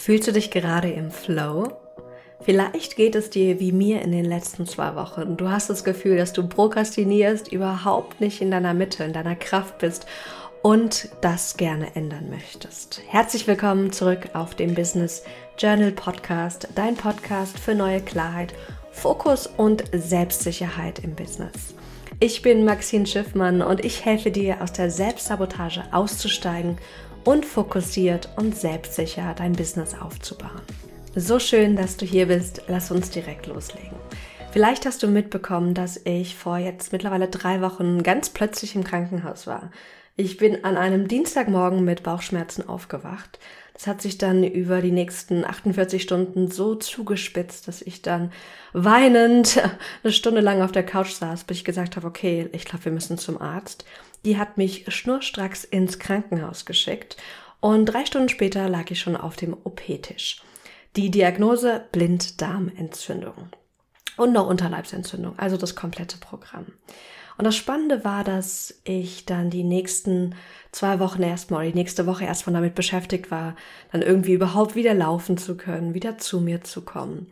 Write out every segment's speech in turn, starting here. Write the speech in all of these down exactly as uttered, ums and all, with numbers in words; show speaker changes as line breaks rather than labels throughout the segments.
Fühlst du dich gerade im Flow? Vielleicht geht es dir wie mir in den letzten zwei Wochen. Du hast das Gefühl, dass du prokrastinierst, überhaupt nicht in deiner Mitte, in deiner Kraft bist und das gerne ändern möchtest. Herzlich willkommen zurück auf dem Business Journal Podcast, dein Podcast für neue Klarheit, Fokus und Selbstsicherheit im Business. Ich bin Maxine Schiffmann und ich helfe dir, aus der Selbstsabotage auszusteigen und fokussiert und selbstsicher dein Business aufzubauen. So schön, dass du hier bist. Lass uns direkt loslegen. Vielleicht hast du mitbekommen, dass ich vor jetzt mittlerweile drei Wochen ganz plötzlich im Krankenhaus war. Ich bin an einem Dienstagmorgen mit Bauchschmerzen aufgewacht. Das hat sich dann über die nächsten achtundvierzig Stunden so zugespitzt, dass ich dann weinend eine Stunde lang auf der Couch saß, bis ich gesagt habe, okay, ich glaube, wir müssen zum Arzt. Die hat mich schnurstracks ins Krankenhaus geschickt und drei Stunden später lag ich schon auf dem O P-Tisch. Die Diagnose Blinddarmentzündung und noch Unterleibsentzündung, also das komplette Programm. Und das Spannende war, dass ich dann die nächsten zwei Wochen erstmal, die nächste Woche erstmal damit beschäftigt war, dann irgendwie überhaupt wieder laufen zu können, wieder zu mir zu kommen.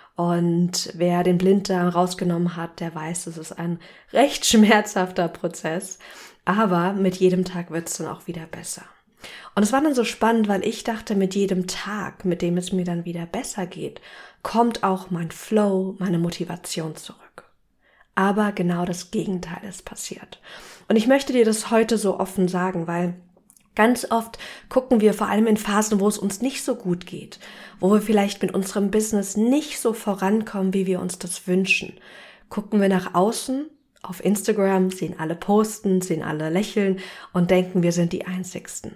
Und wer den Blinddarm rausgenommen hat, der weiß, es ist ein recht schmerzhafter Prozess, aber mit jedem Tag wird es dann auch wieder besser. Und es war dann so spannend, weil ich dachte, mit jedem Tag, mit dem es mir dann wieder besser geht, kommt auch mein Flow, meine Motivation zurück. Aber genau das Gegenteil ist passiert. Und ich möchte dir das heute so offen sagen, weil ganz oft gucken wir vor allem in Phasen, wo es uns nicht so gut geht, wo wir vielleicht mit unserem Business nicht so vorankommen, wie wir uns das wünschen. Gucken wir nach außen, auf Instagram, sehen alle posten, sehen alle lächeln und denken, wir sind die Einzigsten.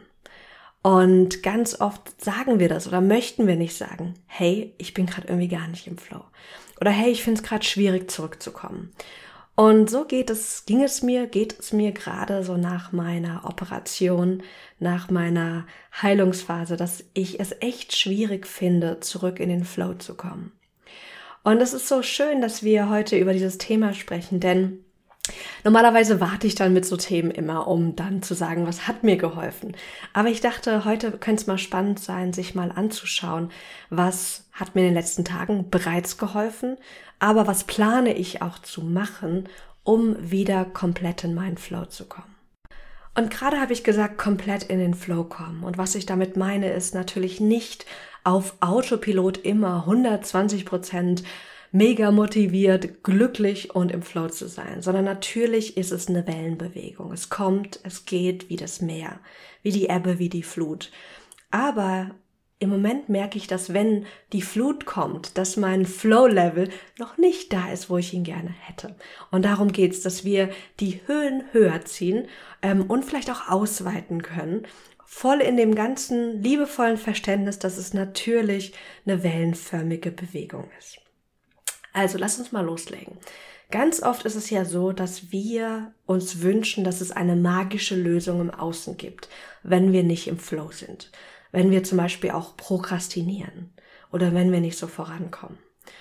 Und ganz oft sagen wir das oder möchten wir nicht sagen, hey, ich bin gerade irgendwie gar nicht im Flow. Oder hey, ich finde es gerade schwierig zurückzukommen. Und so geht es, ging es mir, geht es mir gerade so nach meiner Operation, nach meiner Heilungsphase, dass ich es echt schwierig finde, zurück in den Flow zu kommen. Und es ist so schön, dass wir heute über dieses Thema sprechen, denn normalerweise warte ich dann mit so Themen immer, um dann zu sagen, was hat mir geholfen. Aber ich dachte, heute könnte es mal spannend sein, sich mal anzuschauen, was hat mir in den letzten Tagen bereits geholfen, aber was plane ich auch zu machen, um wieder komplett in meinen Flow zu kommen. Und gerade habe ich gesagt, komplett in den Flow kommen. Und was ich damit meine, ist natürlich nicht auf Autopilot immer hundertzwanzig Prozent mega motiviert, glücklich und im Flow zu sein, sondern natürlich ist es eine Wellenbewegung. Es kommt, es geht wie das Meer, wie die Ebbe, wie die Flut. Aber im Moment merke ich, dass wenn die Flut kommt, dass mein Flow-Level noch nicht da ist, wo ich ihn gerne hätte. Und darum geht es, dass wir die Höhen höher ziehen ähm, und vielleicht auch ausweiten können, voll in dem ganzen liebevollen Verständnis, dass es natürlich eine wellenförmige Bewegung ist. Also lass uns mal loslegen. Ganz oft ist es ja so, dass wir uns wünschen, dass es eine magische Lösung im Außen gibt, wenn wir nicht im Flow sind. Wenn wir zum Beispiel auch prokrastinieren oder wenn wir nicht so vorankommen.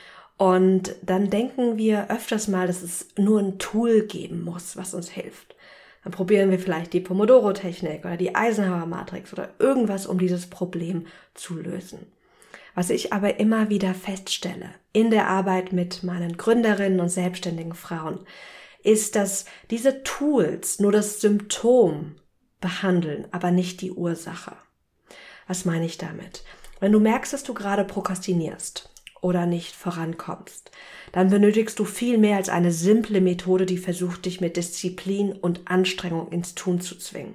Und dann denken wir öfters mal, dass es nur ein Tool geben muss, was uns hilft. Dann probieren wir vielleicht die Pomodoro-Technik oder die Eisenhower-Matrix oder irgendwas, um dieses Problem zu lösen. Was ich aber immer wieder feststelle in der Arbeit mit meinen Gründerinnen und selbstständigen Frauen, ist, dass diese Tools nur das Symptom behandeln, aber nicht die Ursache. Was meine ich damit? Wenn du merkst, dass du gerade prokrastinierst oder nicht vorankommst, dann benötigst du viel mehr als eine simple Methode, die versucht, dich mit Disziplin und Anstrengung ins Tun zu zwingen.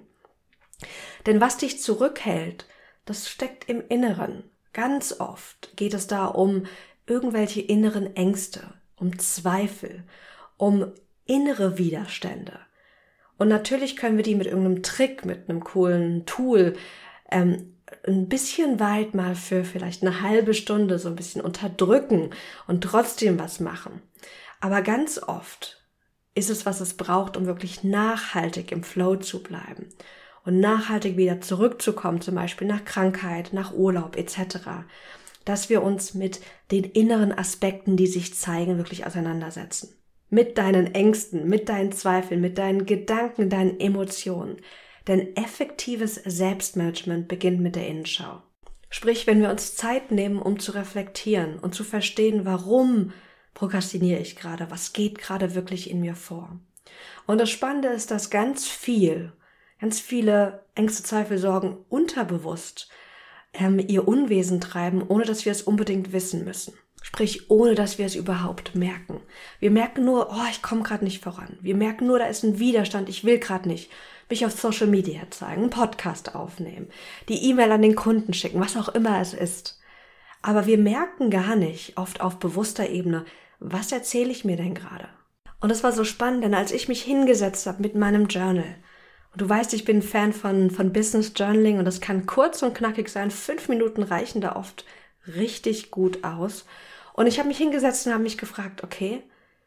Denn was dich zurückhält, das steckt im Inneren. Ganz oft geht es da um irgendwelche inneren Ängste, um Zweifel, um innere Widerstände. Und natürlich können wir die mit irgendeinem Trick, mit einem coolen Tool ähm, ein bisschen weit mal für vielleicht eine halbe Stunde so ein bisschen unterdrücken und trotzdem was machen. Aber ganz oft ist es, was es braucht, um wirklich nachhaltig im Flow zu bleiben. Und nachhaltig wieder zurückzukommen, zum Beispiel nach Krankheit, nach Urlaub et cetera, dass wir uns mit den inneren Aspekten, die sich zeigen, wirklich auseinandersetzen. Mit deinen Ängsten, mit deinen Zweifeln, mit deinen Gedanken, deinen Emotionen. Denn effektives Selbstmanagement beginnt mit der Innenschau. Sprich, wenn wir uns Zeit nehmen, um zu reflektieren und zu verstehen, warum prokrastiniere ich gerade, was geht gerade wirklich in mir vor. Und das Spannende ist, dass ganz viel, ganz viele Ängste, Zweifel, Sorgen unterbewusst ähm, ihr Unwesen treiben, ohne dass wir es unbedingt wissen müssen. Sprich, ohne dass wir es überhaupt merken. Wir merken nur, oh, ich komme gerade nicht voran. Wir merken nur, da ist ein Widerstand, ich will gerade nicht mich auf Social Media zeigen, einen Podcast aufnehmen, die E-Mail an den Kunden schicken, was auch immer es ist. Aber wir merken gar nicht, oft auf bewusster Ebene, was erzähle ich mir denn gerade? Und das war so spannend, denn als ich mich hingesetzt habe mit meinem Journal, und du weißt, ich bin ein Fan von, von Business Journaling und das kann kurz und knackig sein, fünf Minuten reichen da oft richtig gut aus. Und ich habe mich hingesetzt und habe mich gefragt, okay,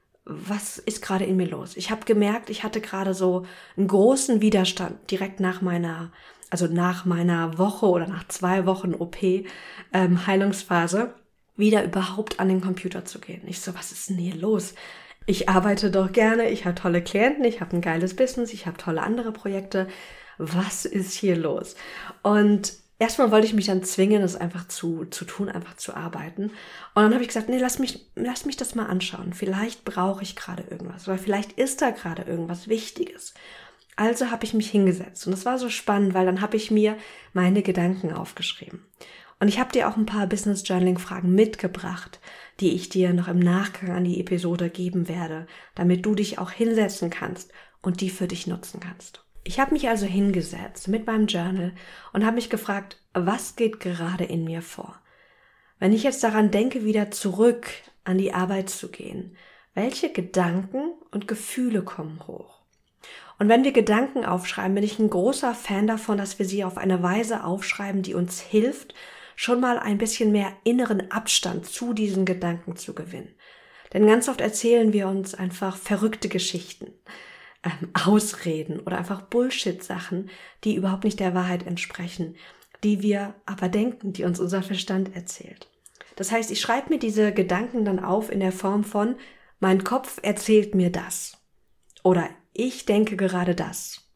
was ist gerade in mir los? Ich habe gemerkt, ich hatte gerade so einen großen Widerstand direkt nach meiner, also nach meiner Woche oder nach zwei Wochen O P, ähm, Heilungsphase, wieder überhaupt an den Computer zu gehen. Ich so, was ist denn hier los? Ich arbeite doch gerne, ich habe tolle Klienten, ich habe ein geiles Business, ich habe tolle andere Projekte. Was ist hier los? Und erstmal wollte ich mich dann zwingen, es einfach zu, zu tun, einfach zu arbeiten. Und dann habe ich gesagt, nee, lass mich, lass mich das mal anschauen. Vielleicht brauche ich gerade irgendwas oder vielleicht ist da gerade irgendwas Wichtiges. Also habe ich mich hingesetzt und es war so spannend, weil dann habe ich mir meine Gedanken aufgeschrieben. Und ich habe dir auch ein paar Business Journaling Fragen mitgebracht, die ich dir noch im Nachgang an die Episode geben werde, damit du dich auch hinsetzen kannst und die für dich nutzen kannst. Ich habe mich also hingesetzt mit meinem Journal und habe mich gefragt, was geht gerade in mir vor? Wenn ich jetzt daran denke, wieder zurück an die Arbeit zu gehen, welche Gedanken und Gefühle kommen hoch? Und wenn wir Gedanken aufschreiben, bin ich ein großer Fan davon, dass wir sie auf eine Weise aufschreiben, die uns hilft, schon mal ein bisschen mehr inneren Abstand zu diesen Gedanken zu gewinnen. Denn ganz oft erzählen wir uns einfach verrückte Geschichten, ähm, Ausreden oder einfach Bullshit-Sachen, die überhaupt nicht der Wahrheit entsprechen, die wir aber denken, die uns unser Verstand erzählt. Das heißt, ich schreibe mir diese Gedanken dann auf in der Form von, mein Kopf erzählt mir das oder ich denke gerade das.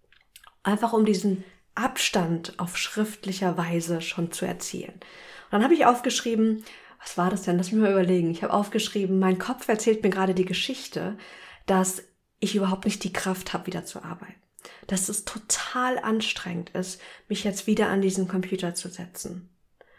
Einfach um diesen Abstand auf schriftlicher Weise schon zu erzielen. Und dann habe ich aufgeschrieben, was war das denn? Lass mich mal überlegen. Ich habe aufgeschrieben, mein Kopf erzählt mir gerade die Geschichte, dass ich überhaupt nicht die Kraft habe, wieder zu arbeiten. Dass es total anstrengend ist, mich jetzt wieder an diesen Computer zu setzen.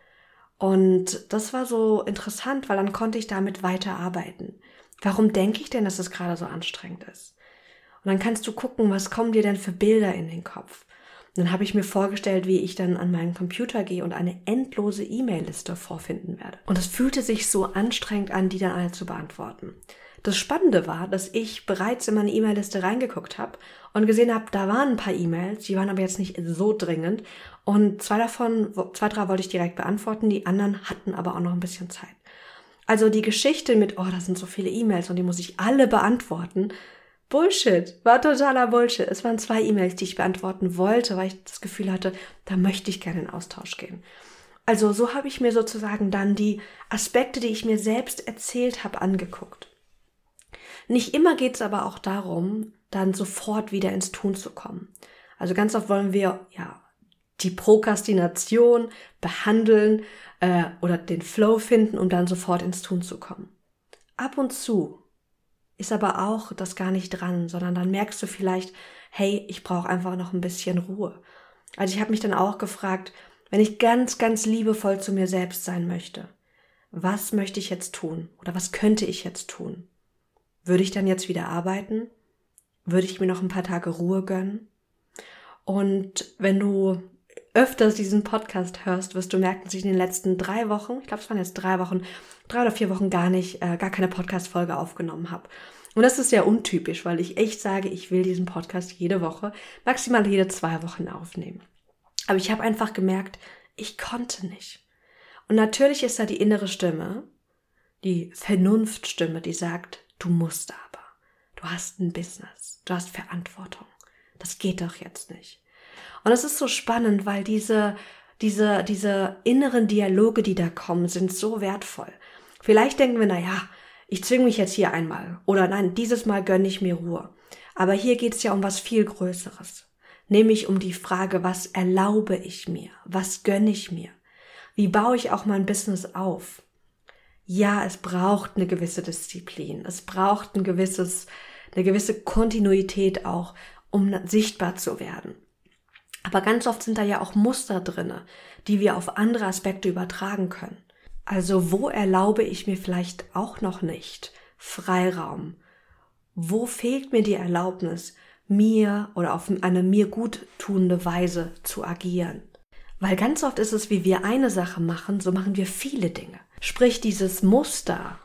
Und das war so interessant, weil dann konnte ich damit weiterarbeiten. Warum denke ich denn, dass es gerade so anstrengend ist? Und dann kannst du gucken, was kommen dir denn für Bilder in den Kopf? Und dann habe ich mir vorgestellt, wie ich dann an meinen Computer gehe und eine endlose E-Mail-Liste vorfinden werde. Und es fühlte sich so anstrengend an, die dann alle zu beantworten. Das Spannende war, dass ich bereits in meine E-Mail-Liste reingeguckt habe und gesehen habe, da waren ein paar E-Mails, die waren aber jetzt nicht so dringend. Und zwei davon, zwei, drei wollte ich direkt beantworten, die anderen hatten aber auch noch ein bisschen Zeit. Also die Geschichte mit, oh, da sind so viele E-Mails und die muss ich alle beantworten, Bullshit, war totaler Bullshit. Es waren zwei E-Mails, die ich beantworten wollte, weil ich das Gefühl hatte, da möchte ich gerne in Austausch gehen. Also so habe ich mir sozusagen dann die Aspekte, die ich mir selbst erzählt habe, angeguckt. Nicht immer geht es aber auch darum, dann sofort wieder ins Tun zu kommen. Also ganz oft wollen wir ja die Prokrastination behandeln äh, oder den Flow finden, um dann sofort ins Tun zu kommen. Ab und zu ist aber auch das gar nicht dran, sondern dann merkst du vielleicht, hey, ich brauche einfach noch ein bisschen Ruhe. Also ich habe mich dann auch gefragt, wenn ich ganz, ganz liebevoll zu mir selbst sein möchte, was möchte ich jetzt tun oder was könnte ich jetzt tun? Würde ich dann jetzt wieder arbeiten? Würde ich mir noch ein paar Tage Ruhe gönnen? Und wenn du öfters diesen Podcast hörst, wirst du merken, dass ich in den letzten drei Wochen, ich glaube, es waren jetzt drei Wochen, drei oder vier Wochen gar nicht, äh, gar keine Podcast-Folge aufgenommen habe. Und das ist sehr untypisch, weil ich echt sage, ich will diesen Podcast jede Woche, maximal jede zwei Wochen aufnehmen. Aber ich habe einfach gemerkt, ich konnte nicht. Und natürlich ist da die innere Stimme, die Vernunftstimme, die sagt, du musst aber. Du hast ein Business, du hast Verantwortung. Das geht doch jetzt nicht. Und es ist so spannend, weil diese, diese, diese inneren Dialoge, die da kommen, sind so wertvoll. Vielleicht denken wir, na ja, ich zwinge mich jetzt hier einmal. Oder nein, dieses Mal gönne ich mir Ruhe. Aber hier geht es ja um was viel Größeres. Nämlich um die Frage, was erlaube ich mir? Was gönne ich mir? Wie baue ich auch mein Business auf? Ja, es braucht eine gewisse Disziplin. Es braucht ein gewisses, eine gewisse Kontinuität auch, um sichtbar zu werden. Aber ganz oft sind da ja auch Muster drinne, die wir auf andere Aspekte übertragen können. Also wo erlaube ich mir vielleicht auch noch nicht Freiraum? Wo fehlt mir die Erlaubnis, mir oder auf eine mir gut tuende Weise zu agieren? Weil ganz oft ist es, wie wir eine Sache machen, so machen wir viele Dinge. Sprich, dieses Muster.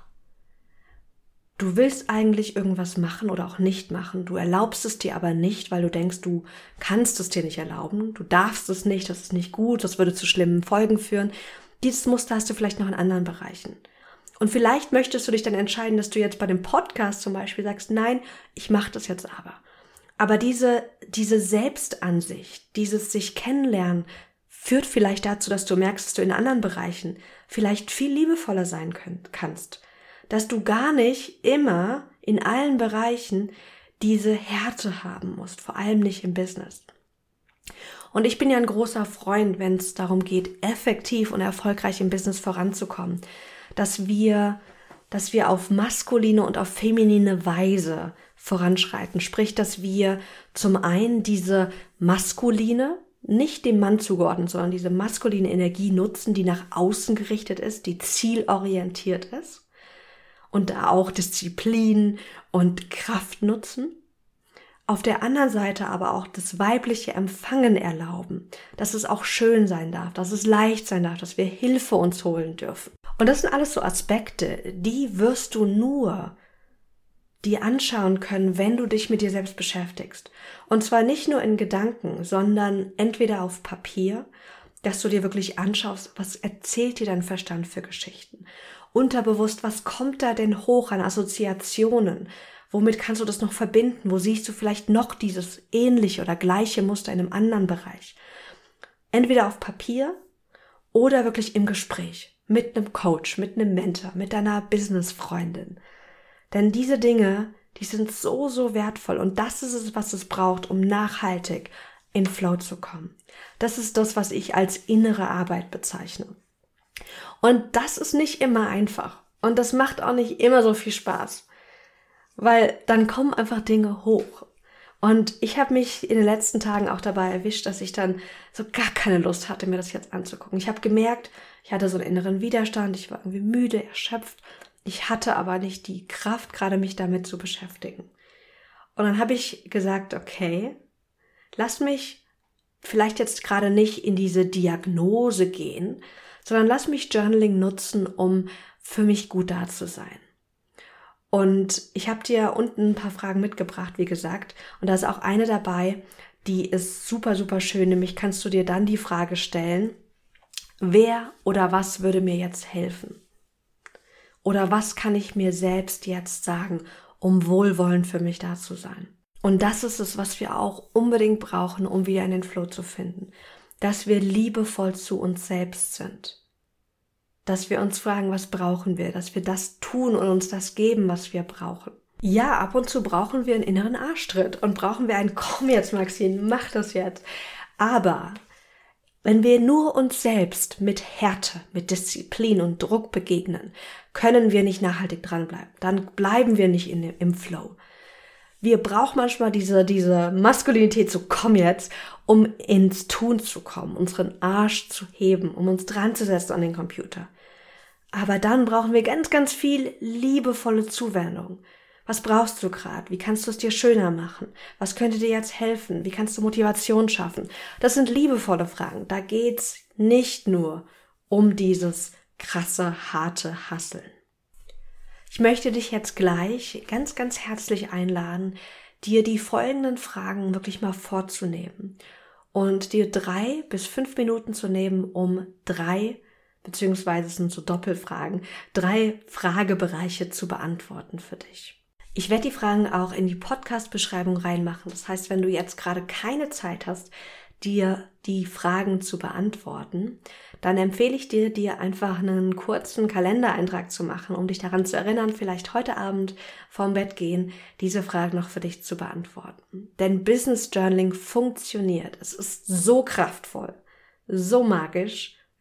Du willst eigentlich irgendwas machen oder auch nicht machen. Du erlaubst es dir aber nicht, weil du denkst, du kannst es dir nicht erlauben. Du darfst es nicht, das ist nicht gut, das würde zu schlimmen Folgen führen. Dieses Muster hast du vielleicht noch in anderen Bereichen. Und vielleicht möchtest du dich dann entscheiden, dass du jetzt bei dem Podcast zum Beispiel sagst, nein, ich mache das jetzt aber. Aber diese, diese Selbstansicht, dieses sich kennenlernen, führt vielleicht dazu, dass du merkst, dass du in anderen Bereichen vielleicht viel liebevoller sein könnt, kannst. Dass du gar nicht immer in allen Bereichen diese Härte haben musst, vor allem nicht im Business. Und ich bin ja ein großer Freund, wenn es darum geht, effektiv und erfolgreich im Business voranzukommen, dass wir, dass wir auf maskuline und auf feminine Weise voranschreiten. Sprich, dass wir zum einen diese maskuline, nicht dem Mann zugeordnet, sondern diese maskuline Energie nutzen, die nach außen gerichtet ist, die zielorientiert ist und da auch Disziplin und Kraft nutzen. Auf der anderen Seite aber auch das weibliche Empfangen erlauben, dass es auch schön sein darf, dass es leicht sein darf, dass wir Hilfe uns holen dürfen. Und das sind alles so Aspekte, die wirst du nur dir anschauen können, wenn du dich mit dir selbst beschäftigst. Und zwar nicht nur in Gedanken, sondern entweder auf Papier, dass du dir wirklich anschaust, was erzählt dir dein Verstand für Geschichten. Unterbewusst, was kommt da denn hoch an Assoziationen? Womit kannst du das noch verbinden? Wo siehst du vielleicht noch dieses ähnliche oder gleiche Muster in einem anderen Bereich? Entweder auf Papier oder wirklich im Gespräch mit einem Coach, mit einem Mentor, mit deiner Businessfreundin. Denn diese Dinge, die sind so, so wertvoll und das ist es, was es braucht, um nachhaltig in Flow zu kommen. Das ist das, was ich als innere Arbeit bezeichne. Und das ist nicht immer einfach und das macht auch nicht immer so viel Spaß, weil dann kommen einfach Dinge hoch. Und ich habe mich in den letzten Tagen auch dabei erwischt, dass ich dann so gar keine Lust hatte, mir das jetzt anzugucken. Ich habe gemerkt, ich hatte so einen inneren Widerstand, ich war irgendwie müde, erschöpft. Ich hatte aber nicht die Kraft, gerade mich damit zu beschäftigen. Und dann habe ich gesagt, okay, lass mich vielleicht jetzt gerade nicht in diese Diagnose gehen, sondern lass mich Journaling nutzen, um für mich gut da zu sein. Und ich habe dir unten ein paar Fragen mitgebracht, wie gesagt. Und da ist auch eine dabei, die ist super, super schön. Nämlich kannst du dir dann die Frage stellen, wer oder was würde mir jetzt helfen? Oder was kann ich mir selbst jetzt sagen, um wohlwollend für mich da zu sein? Und das ist es, was wir auch unbedingt brauchen, um wieder in den Flow zu finden. Dass wir liebevoll zu uns selbst sind. Dass wir uns fragen, was brauchen wir? Dass wir das tun und uns das geben, was wir brauchen. Ja, ab und zu brauchen wir einen inneren Arschtritt und brauchen wir einen, komm jetzt Maxine, mach das jetzt. Aber wenn wir nur uns selbst mit Härte, mit Disziplin und Druck begegnen, können wir nicht nachhaltig dranbleiben. Dann bleiben wir nicht in dem, im Flow. Wir brauchen manchmal diese, diese Maskulinität, so komm jetzt, um ins Tun zu kommen, unseren Arsch zu heben, um uns dran zu setzen an den Computer. Aber dann brauchen wir ganz, ganz viel liebevolle Zuwendung. Was brauchst du gerade? Wie kannst du es dir schöner machen? Was könnte dir jetzt helfen? Wie kannst du Motivation schaffen? Das sind liebevolle Fragen. Da geht's nicht nur um dieses krasse, harte Hasseln. Ich möchte dich jetzt gleich ganz, ganz herzlich einladen, dir die folgenden Fragen wirklich mal vorzunehmen und dir drei bis fünf Minuten zu nehmen, um drei, beziehungsweise es sind so Doppelfragen, drei Fragebereiche zu beantworten für dich. Ich werde die Fragen auch in die Podcast-Beschreibung reinmachen. Das heißt, wenn du jetzt gerade keine Zeit hast, dir die Fragen zu beantworten, dann empfehle ich dir, dir einfach einen kurzen Kalendereintrag zu machen, um dich daran zu erinnern, vielleicht heute Abend vorm Bett gehen, diese Fragen noch für dich zu beantworten. Denn Business Journaling funktioniert. Es ist so kraftvoll, so magisch,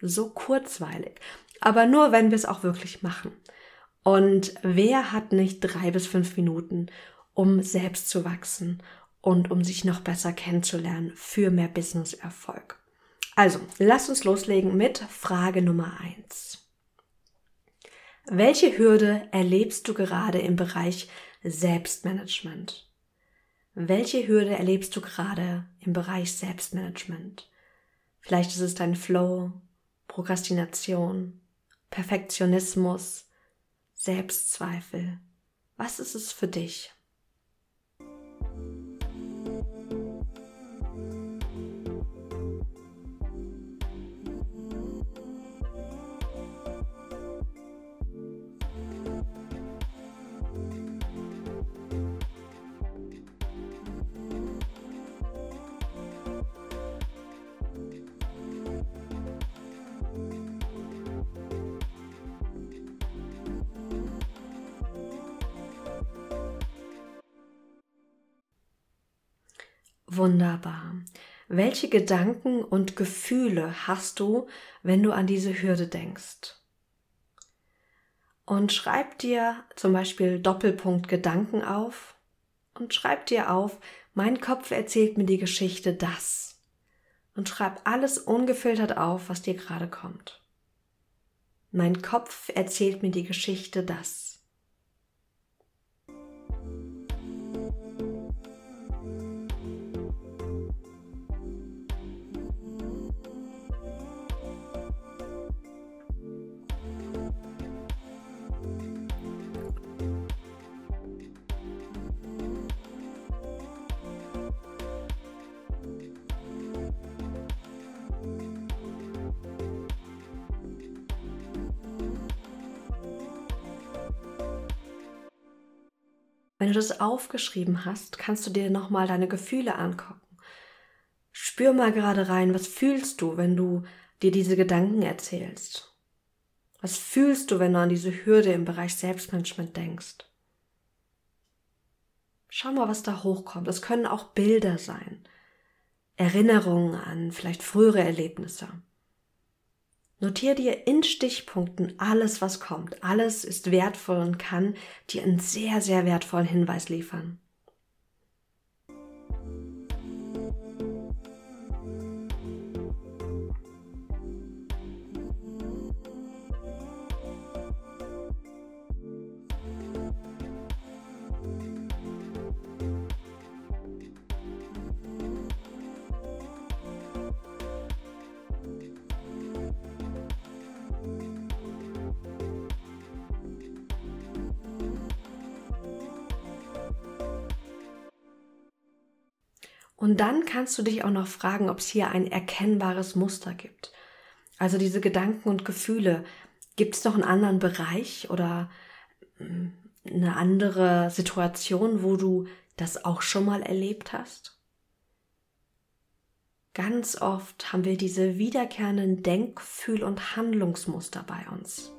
so kurzweilig. Aber nur, wenn wir es auch wirklich machen. Und wer hat nicht drei bis fünf Minuten, um selbst zu wachsen und um sich noch besser kennenzulernen für mehr Business-Erfolg? Also, lasst uns loslegen mit Frage Nummer eins. Welche Hürde erlebst du gerade im Bereich Selbstmanagement? Welche Hürde erlebst du gerade im Bereich Selbstmanagement? Vielleicht ist es dein Flow, Prokrastination, Perfektionismus, Selbstzweifel. Was ist es für dich? Wunderbar. Welche Gedanken und Gefühle hast du, wenn du an diese Hürde denkst? Und schreib dir zum Beispiel Doppelpunkt Gedanken auf und schreib dir auf, mein Kopf erzählt mir die Geschichte das. Und schreib alles ungefiltert auf, was dir gerade kommt. Mein Kopf erzählt mir die Geschichte das. Wenn du das aufgeschrieben hast, kannst du dir nochmal deine Gefühle angucken. Spür mal gerade rein, was fühlst du, wenn du dir diese Gedanken erzählst? Was fühlst du, wenn du an diese Hürde im Bereich Selbstmanagement denkst? Schau mal, was da hochkommt. Es können auch Bilder sein, Erinnerungen an vielleicht frühere Erlebnisse. Notiere dir in Stichpunkten alles, was kommt. Alles ist wertvoll und kann dir einen sehr, sehr wertvollen Hinweis liefern. Und dann kannst du dich auch noch fragen, ob es hier ein erkennbares Muster gibt. Also diese Gedanken und Gefühle, gibt es noch einen anderen Bereich oder eine andere Situation, wo du das auch schon mal erlebt hast? Ganz oft haben wir diese wiederkehrenden Denk-, Fühl- und Handlungsmuster bei uns.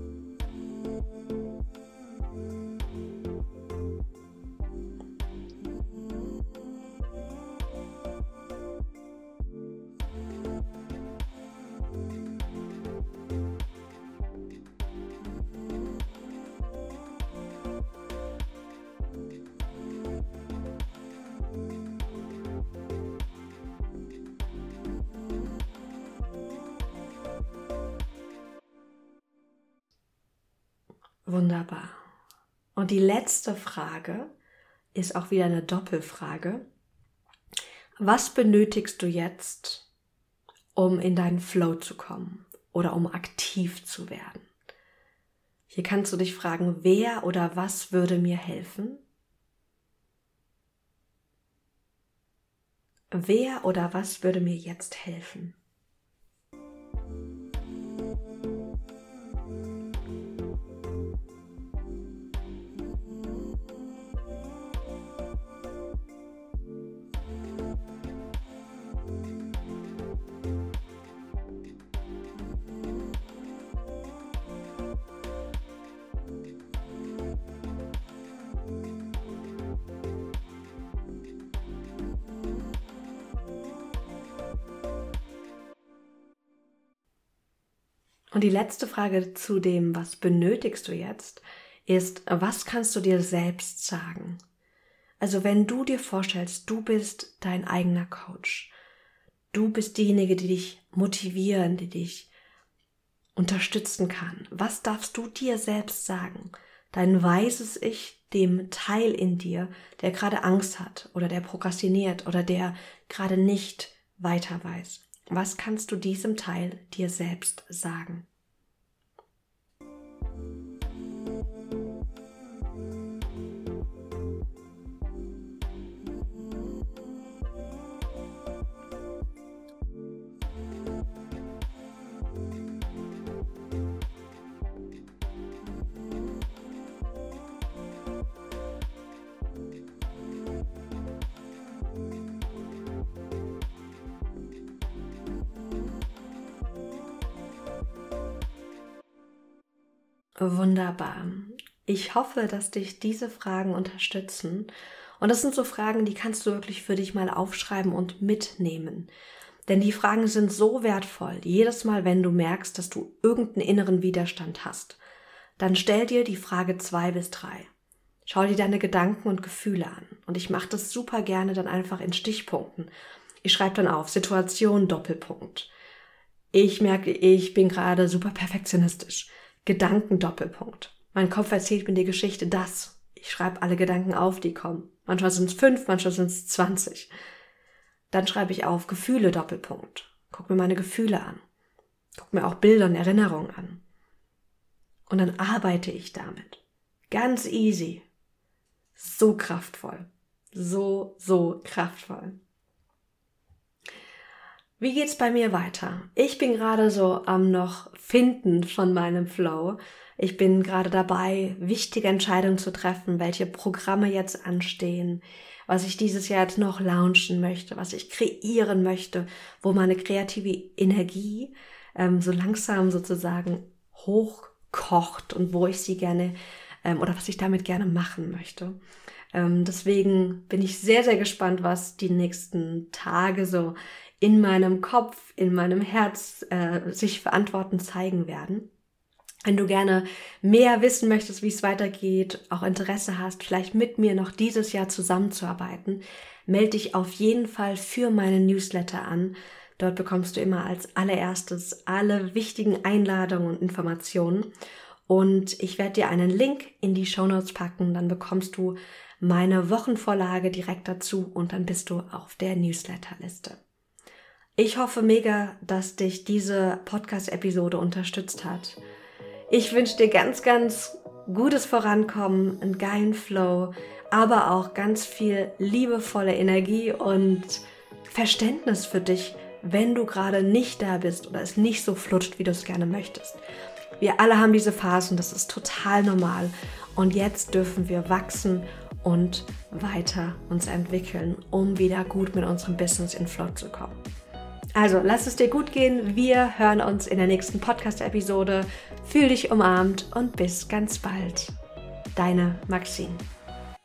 Wunderbar. Und die letzte Frage ist auch wieder eine Doppelfrage. Was benötigst du jetzt, um in deinen Flow zu kommen oder um aktiv zu werden? Hier kannst du dich fragen, wer oder was würde mir helfen? Wer oder was würde mir jetzt helfen? Und die letzte Frage zu dem, was benötigst du jetzt, ist, was kannst du dir selbst sagen? Also wenn du dir vorstellst, du bist dein eigener Coach, du bist diejenige, die dich motivieren, die dich unterstützen kann. Was darfst du dir selbst sagen? Dein weises Ich, dem Teil in dir, der gerade Angst hat oder der prokrastiniert oder der gerade nicht weiter weiß. Was kannst du diesem Teil dir selbst sagen? Wunderbar. Ich hoffe, dass dich diese Fragen unterstützen. Und das sind so Fragen, die kannst du wirklich für dich mal aufschreiben und mitnehmen. Denn die Fragen sind so wertvoll. Jedes Mal, wenn du merkst, dass du irgendeinen inneren Widerstand hast, dann stell dir die Frage zwei bis drei. Schau dir deine Gedanken und Gefühle an. Und ich mache das super gerne dann einfach in Stichpunkten. Ich schreibe dann auf, Situation, Doppelpunkt. Ich merke, ich bin gerade super perfektionistisch. Gedanken, Doppelpunkt. Mein Kopf erzählt mir die Geschichte, das. Ich schreibe alle Gedanken auf, die kommen. Manchmal sind es fünf, manchmal sind es zwanzig. Dann schreibe ich auf, Gefühle, Doppelpunkt. Guck mir meine Gefühle an. Guck mir auch Bilder und Erinnerungen an. Und dann arbeite ich damit. Ganz easy. So kraftvoll. So, so kraftvoll. Wie geht's bei mir weiter? Ich bin gerade so am noch Finden von meinem Flow. Ich bin gerade dabei, wichtige Entscheidungen zu treffen, welche Programme jetzt anstehen, was ich dieses Jahr jetzt noch launchen möchte, was ich kreieren möchte, wo meine kreative Energie ähm, so langsam sozusagen hochkocht und wo ich sie gerne ähm, oder was ich damit gerne machen möchte. Ähm, deswegen bin ich sehr, sehr gespannt, was die nächsten Tage so in meinem Kopf, in meinem Herz äh, sich verantworten zeigen werden. Wenn du gerne mehr wissen möchtest, wie es weitergeht, auch Interesse hast, vielleicht mit mir noch dieses Jahr zusammenzuarbeiten, melde dich auf jeden Fall für meinen Newsletter an. Dort bekommst du immer als allererstes alle wichtigen Einladungen und Informationen. Und ich werde dir einen Link in die Shownotes packen, dann bekommst du meine Wochenvorlage direkt dazu und dann bist du auf der Newsletterliste. Ich hoffe mega, dass dich diese Podcast-Episode unterstützt hat. Ich wünsche dir ganz, ganz gutes Vorankommen, einen geilen Flow, aber auch ganz viel liebevolle Energie und Verständnis für dich, wenn du gerade nicht da bist oder es nicht so flutscht, wie du es gerne möchtest. Wir alle haben diese Phasen, das ist total normal. Und jetzt dürfen wir wachsen und weiter uns entwickeln, um wieder gut mit unserem Business in Flow zu kommen. Also, lass es dir gut gehen. Wir hören uns in der nächsten Podcast-Episode. Fühl dich umarmt und bis ganz bald. Deine Maxine.